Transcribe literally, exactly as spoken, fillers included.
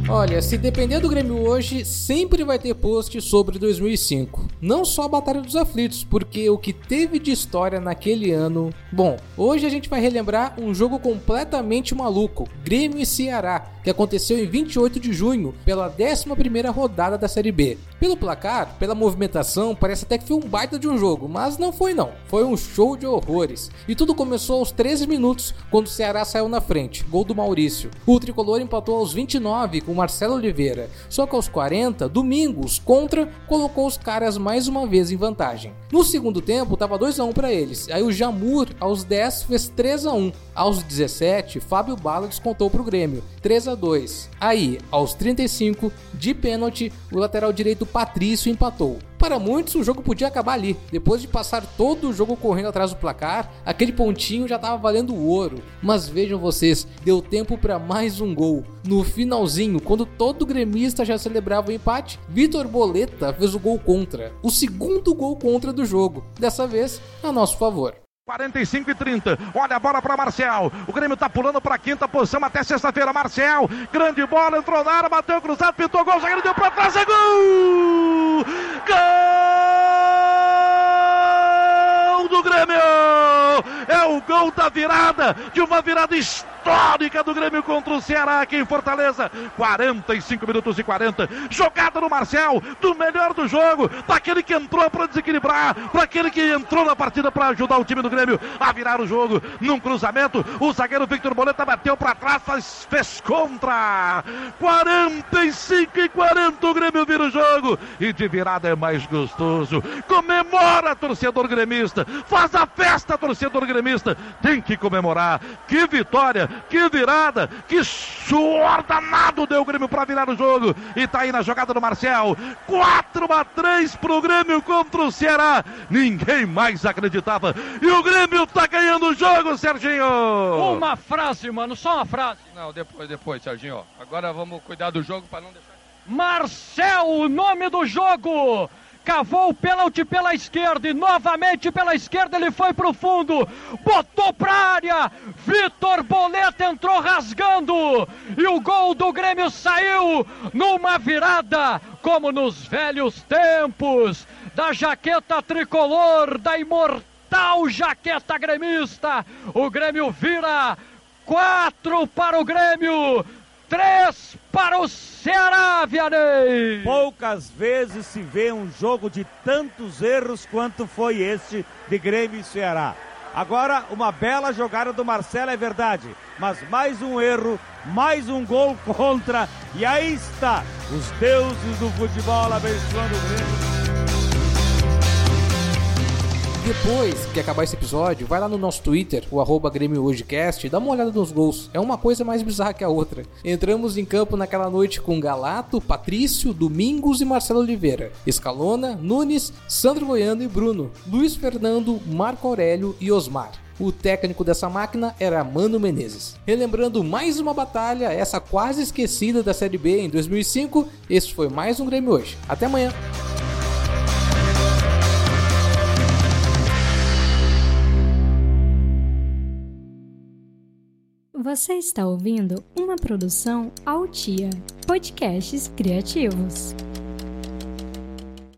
Olha, se depender do Grêmio hoje, sempre vai ter post sobre dois mil e cinco. Não só a Batalha dos Aflitos, porque o que teve de história naquele ano... Bom, hoje a gente vai relembrar um jogo completamente maluco, Grêmio e Ceará, que aconteceu em vinte e oito de junho, pela décima primeira rodada da Série B. Pelo placar, pela movimentação, parece até que foi um baita de um jogo, mas não foi não. Foi um show de horrores. E tudo começou aos treze minutos, quando o Ceará saiu na frente, gol do Maurício. O tricolor empatou aos vinte e nove com Marcelo Oliveira, só que aos quarenta, Domingos, contra, colocou os caras mais uma vez em vantagem. No segundo tempo, tava dois a um para eles, aí o Jamur, aos dez, fez três a um. Aos dezessete, Fábio Bala descontou pro Grêmio, três a dois. Aí, aos trinta e cinco, de pênalti, o lateral direito Patrício empatou. Para muitos, o jogo podia acabar ali. Depois de passar todo o jogo correndo atrás do placar, aquele pontinho já estava valendo ouro. Mas vejam vocês, deu tempo para mais um gol. No finalzinho, quando todo gremista já celebrava o empate, Vitor Boleta fez o gol contra. O segundo gol contra do jogo. Dessa vez, a nosso favor. quarenta e cinco e trinta, olha a bola para Marcel, o Grêmio tá pulando para a quinta posição até sexta-feira, Marcel, grande bola, entrou na área, bateu cruzado, pintou gol, zagueiro deu para trás, é gol! Gol do Grêmio! É o gol da virada, de uma virada histórica do Grêmio contra o Ceará aqui em Fortaleza, quarenta e cinco minutos e quarenta, jogada no Marcel, do melhor do jogo, daquele que entrou para desequilibrar, para aquele que entrou na partida para ajudar o time do Grêmio a virar o jogo, num cruzamento, o zagueiro Victor Boleta bateu para trás, faz, fez contra, quarenta e cinco e quarenta, o Grêmio vira o jogo, e de virada é mais gostoso, comemora torcedor gremista, faz a festa torcedor gremista, tem que comemorar, que vitória, que virada, que suor danado deu o Grêmio para virar o jogo, e tá aí na jogada do Marcel, quatro a três pro Grêmio contra o Ceará, ninguém mais acreditava, e o Grêmio tá ganhando o jogo, Serginho! Uma frase, mano, só uma frase. Não, depois, depois, Serginho, agora vamos cuidar do jogo para não deixar... Marcel, o nome do jogo! Cavou o pênalti pela esquerda e novamente pela esquerda ele foi pro fundo, botou pra área, Vitor Boleta entrou rasgando e o gol do Grêmio saiu numa virada como nos velhos tempos da jaqueta tricolor, da imortal jaqueta gremista. O Grêmio vira quatro para o Grêmio, três para o Ceará, Vianney. Poucas vezes se vê um jogo de tantos erros quanto foi este de Grêmio e Ceará. Agora, uma bela jogada do Marcelo, é verdade, mas mais um erro, mais um gol contra, e aí está, os deuses do futebol abençoando o Grêmio. Depois que acabar esse episódio, vai lá no nosso Twitter, o arroba Grêmio Hojecast, e dá uma olhada nos gols. É uma coisa mais bizarra que a outra. Entramos em campo naquela noite com Galato, Patrício, Domingos e Marcelo Oliveira, Escalona, Nunes, Sandro Goiano e Bruno, Luiz Fernando, Marco Aurélio e Osmar. O técnico dessa máquina era Mano Menezes. Relembrando mais uma batalha, essa quase esquecida da Série B em dois mil e cinco, esse foi mais um Grêmio Hoje. Até amanhã! Você está ouvindo uma produção Altia, podcasts criativos.